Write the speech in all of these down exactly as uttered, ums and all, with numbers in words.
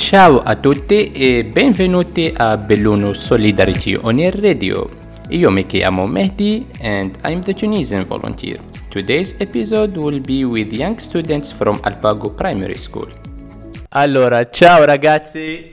ciao a tutti e benvenuti a Belluno Solidarity on Air Radio. Io mi chiamo Mehdi and I'm the Tunisian volunteer. Today's episode will be with young students from Alpago Primary School. Allora, ciao ragazzi!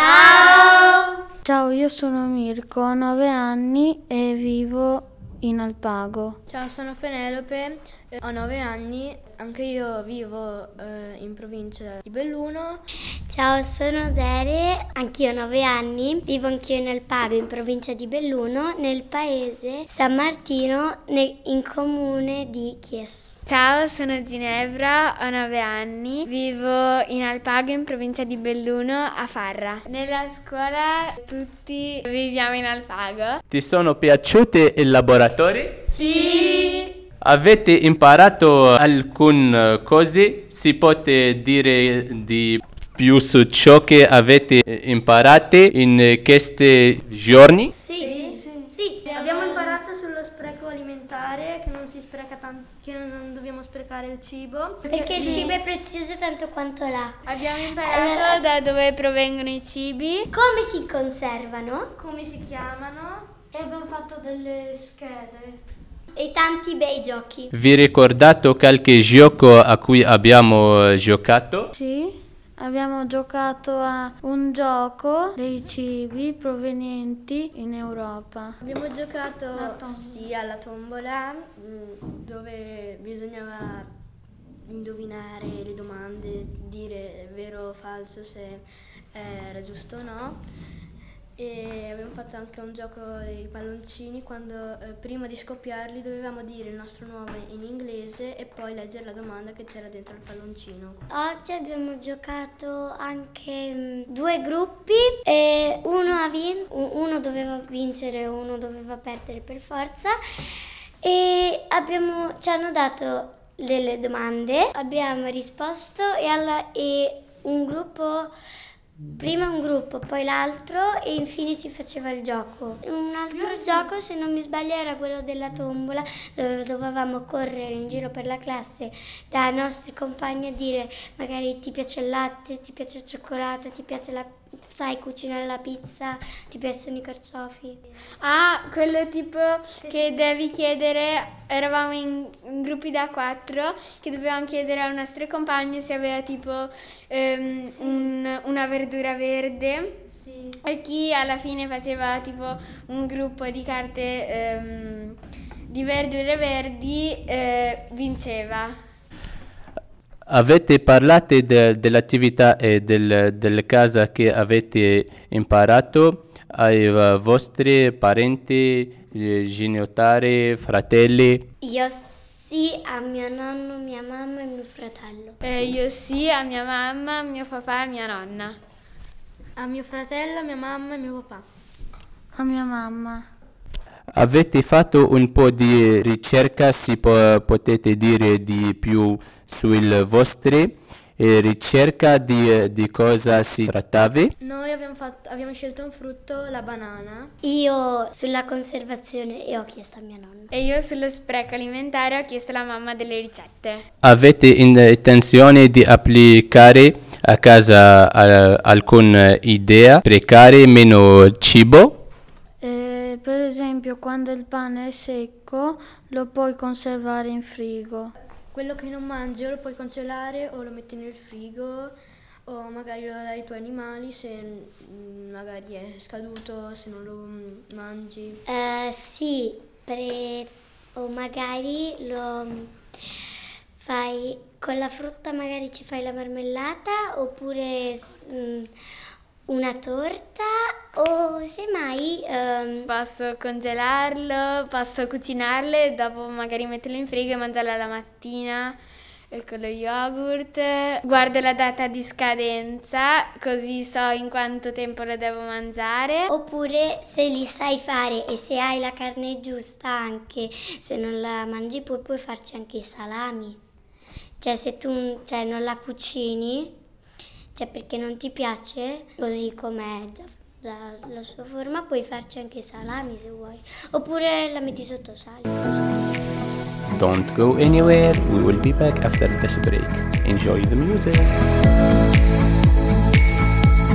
Ciao! Ciao, io sono Mirko, ho nove anni e vivo in Alpago. Ciao, sono Penelope, eh, ho nove anni, anche io vivo eh, in provincia di Belluno. Ciao, sono Dere, anch'io ho nove anni, vivo anch'io in Alpago, in provincia di Belluno, nel paese San Martino, ne- in comune di Chies. Ciao, sono Ginevra, ho nove anni, vivo in Alpago, in provincia di Belluno, a Farra. Nella scuola tutti viviamo in Alpago. Ti sono piaciuti i laboratori? Sì! Avete imparato alcune cose? Si può dire di più su ciò che avete imparato in questi giorni? Sì, sì, sì. Abbiamo imparato sullo spreco alimentare, che non si spreca tanto, che non dobbiamo sprecare il cibo. Perché il cibo è prezioso tanto quanto l'acqua. Abbiamo imparato da dove provengono i cibi. Come si conservano? Come si chiamano? E abbiamo fatto delle schede. E tanti bei giochi. Vi ricordate qualche gioco a cui abbiamo giocato? Sì, abbiamo giocato a un gioco dei cibi provenienti in Europa. Abbiamo giocato sì alla tombola, mh, dove bisognava indovinare le domande, dire vero o falso se era giusto o no. E abbiamo fatto anche un gioco dei palloncini, quando eh, prima di scoppiarli dovevamo dire il nostro nome in inglese e poi leggere la domanda che c'era dentro il palloncino. Oggi abbiamo giocato anche mh, due gruppi e uno, ha vin- uno doveva vincere e uno doveva perdere per forza e abbiamo, ci hanno dato delle domande, abbiamo risposto e, alla, e un gruppo... Prima un gruppo, poi l'altro e infine si faceva il gioco. Un altro gioco, se non mi sbaglio, era quello della tombola, dove dovevamo correre in giro per la classe dai nostri compagni a dire magari ti piace il latte, ti piace il cioccolato, ti piace la sai cucinare la pizza, ti piacciono i carciofi. Ah, quello tipo che devi chiedere, eravamo in, in gruppi da quattro, che dovevamo chiedere al nostro compagno se aveva tipo ehm, Sì. un- una verdura verde. Sì. E chi alla fine faceva tipo un gruppo di carte ehm, di verdure verdi eh, vinceva. Avete parlato de- dell'attività e del, delle cose che avete imparato ai uh, vostri parenti, eh, genitori, fratelli? Io sì a mio nonno, mia mamma e mio fratello. Eh, io sì, a mia mamma, mio papà e mia nonna. A mio fratello, a mia mamma e mio papà. A mia mamma. Avete fatto un po' di ricerca, si può, potete dire di più sulle vostre eh, ricerca di, di cosa si trattava? Noi abbiamo, fatto, abbiamo scelto un frutto, la banana. Io sulla conservazione e ho chiesto a mia nonna. E io sullo spreco alimentare ho chiesto alla mamma delle ricette. Avete intenzione di applicare a casa eh, alcune idee, sprecare meno cibo? Eh, per esempio, quando il pane è secco, lo puoi conservare in frigo. Quello che non mangi o lo puoi congelare o lo metti nel frigo o magari lo dai ai tuoi animali se mm, magari è scaduto, se non lo mm, mangi. Eh, sì, pre- o magari lo mm, fai con la frutta, magari ci fai la marmellata oppure s- mm, una torta o semmai ehm, Posso congelarlo, posso cucinarlo e dopo magari metterlo in frigo e mangiarlo la mattina eh, con lo yogurt. Guardo la data di scadenza così so in quanto tempo lo devo mangiare. oppure se li sai fare e se hai la carne giusta anche, se non la mangi poi puoi farci anche i salami. Cioè se tu cioè, non la cucini, cioè perché non ti piace, così com'è già, già la sua forma, puoi farci anche i salami se vuoi. Oppure la metti sotto sale. Don't go anywhere, we will be back after this break. Enjoy the music.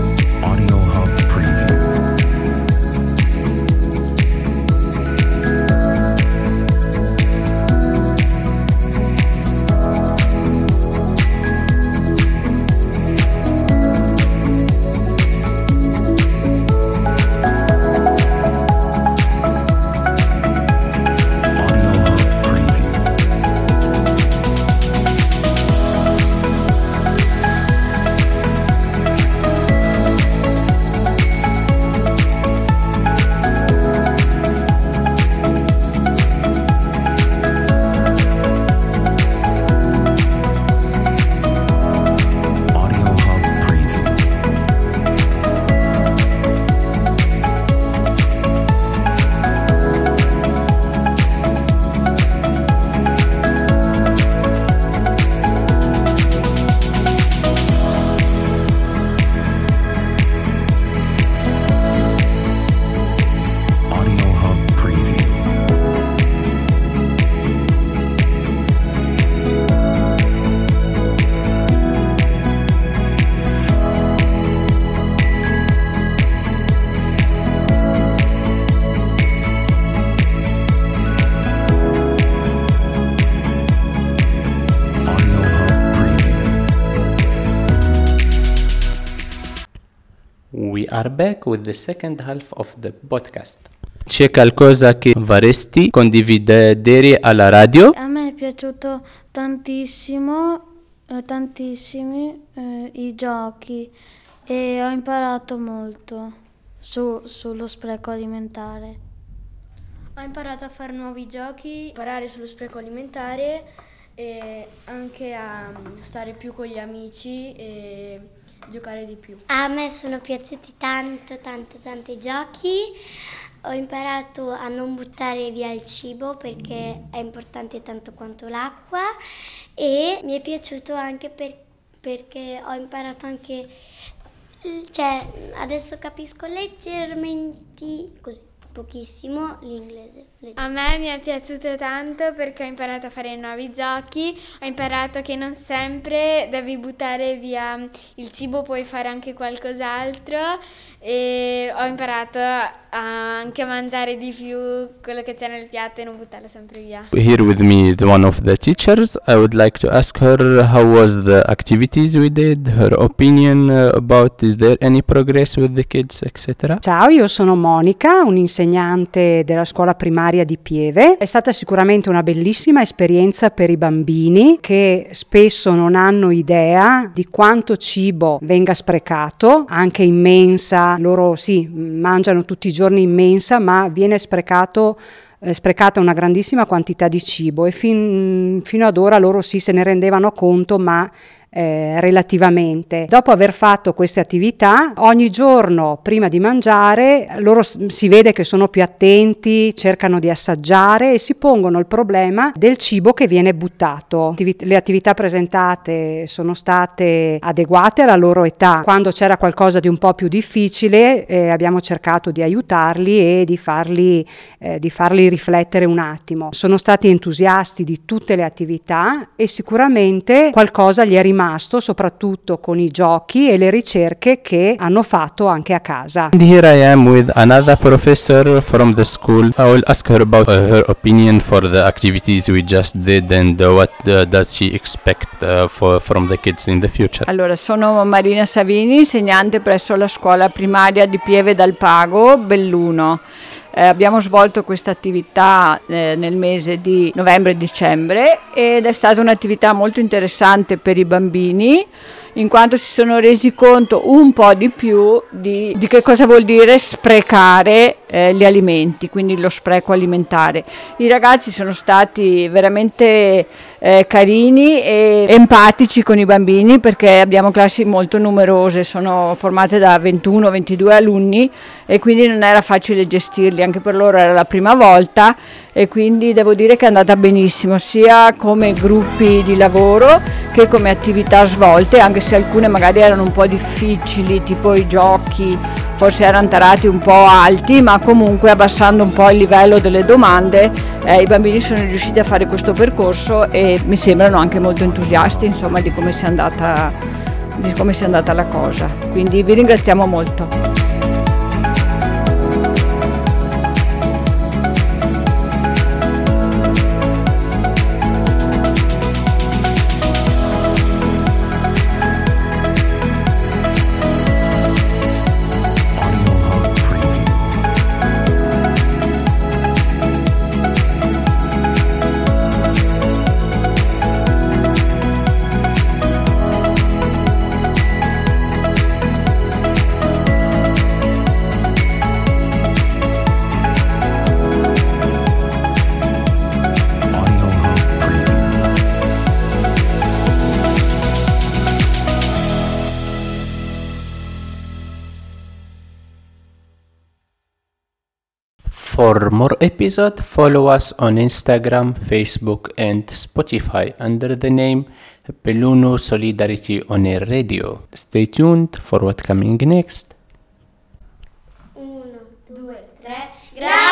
are back with the second half of the podcast. C'è qualcosa che vorresti condividere alla radio? A me è piaciuto tantissimo, eh, tantissimi eh, i giochi e ho imparato molto su, sullo spreco alimentare. Ho imparato a fare nuovi giochi, imparare sullo spreco alimentare e anche a stare più con gli amici e giocare di più. A me sono piaciuti tanto, tanto, tanto i giochi. Ho imparato a non buttare via il cibo perché è importante tanto quanto l'acqua e mi è piaciuto anche per, perché ho imparato anche, cioè adesso capisco leggermente, così, pochissimo l'inglese. A me mi è piaciuto tanto perché ho imparato a fare nuovi giochi, ho imparato che non sempre devi buttare via il cibo, puoi fare anche qualcos'altro e ho imparato a anche a mangiare di più quello che c'è nel piatto e non buttarlo sempre via. Here with me is one of the teachers. I would like to ask her how was the activities we did, her opinion about is there any progress with the kids, et cetera. Ciao, io sono Monica, un'insegnante della scuola primaria di Pieve. È stata sicuramente una bellissima esperienza per i bambini che spesso non hanno idea di quanto cibo venga sprecato, anche in mensa. Loro sì, mangiano tutti i giorni in mensa, ma viene sprecato eh, sprecata una grandissima quantità di cibo e fin, fino ad ora loro sì se ne rendevano conto, ma Eh, relativamente. Dopo aver fatto queste attività, ogni giorno prima di mangiare loro s- si vede che sono più attenti, cercano di assaggiare e si pongono il problema del cibo che viene buttato. Attivi- le attività presentate sono state adeguate alla loro età. Quando c'era qualcosa di un po' più difficile eh, abbiamo cercato di aiutarli e di farli, eh, di farli riflettere un attimo. Sono stati entusiasti di tutte le attività e sicuramente qualcosa gli è rimasto, soprattutto con i giochi e le ricerche che hanno fatto anche a casa. And here I am with another professor from the school. I will ask her about uh, her opinion for the activities we just did and uh, what uh, does she expect uh, for, from the kids in the future. Allora, sono Marina Savini, insegnante presso la scuola primaria di Pieve dal Pago, Belluno. Eh, abbiamo svolto questa attività eh, nel mese di novembre e dicembre ed è stata un'attività molto interessante per i bambini, in quanto si sono resi conto un po' di più di, di che cosa vuol dire sprecare eh, gli alimenti, quindi lo spreco alimentare. I ragazzi sono stati veramente eh, carini e empatici con i bambini perché abbiamo classi molto numerose, sono formate da ventuno ventidue alunni e quindi non era facile gestirli, anche per loro era la prima volta e quindi devo dire che è andata benissimo sia come gruppi di lavoro che come attività svolte, anche se alcune magari erano un po' difficili, tipo i giochi forse erano tarati un po' alti, ma comunque abbassando un po' il livello delle domande eh, i bambini sono riusciti a fare questo percorso e mi sembrano anche molto entusiasti, insomma, di come sia andata, di come sia andata la cosa. Quindi vi ringraziamo molto. For more episodes, follow us on Instagram, Facebook and Spotify under the name Belluno Solidarity On Air Radio. Stay tuned for what's coming next. Uno, due, tre, grazie!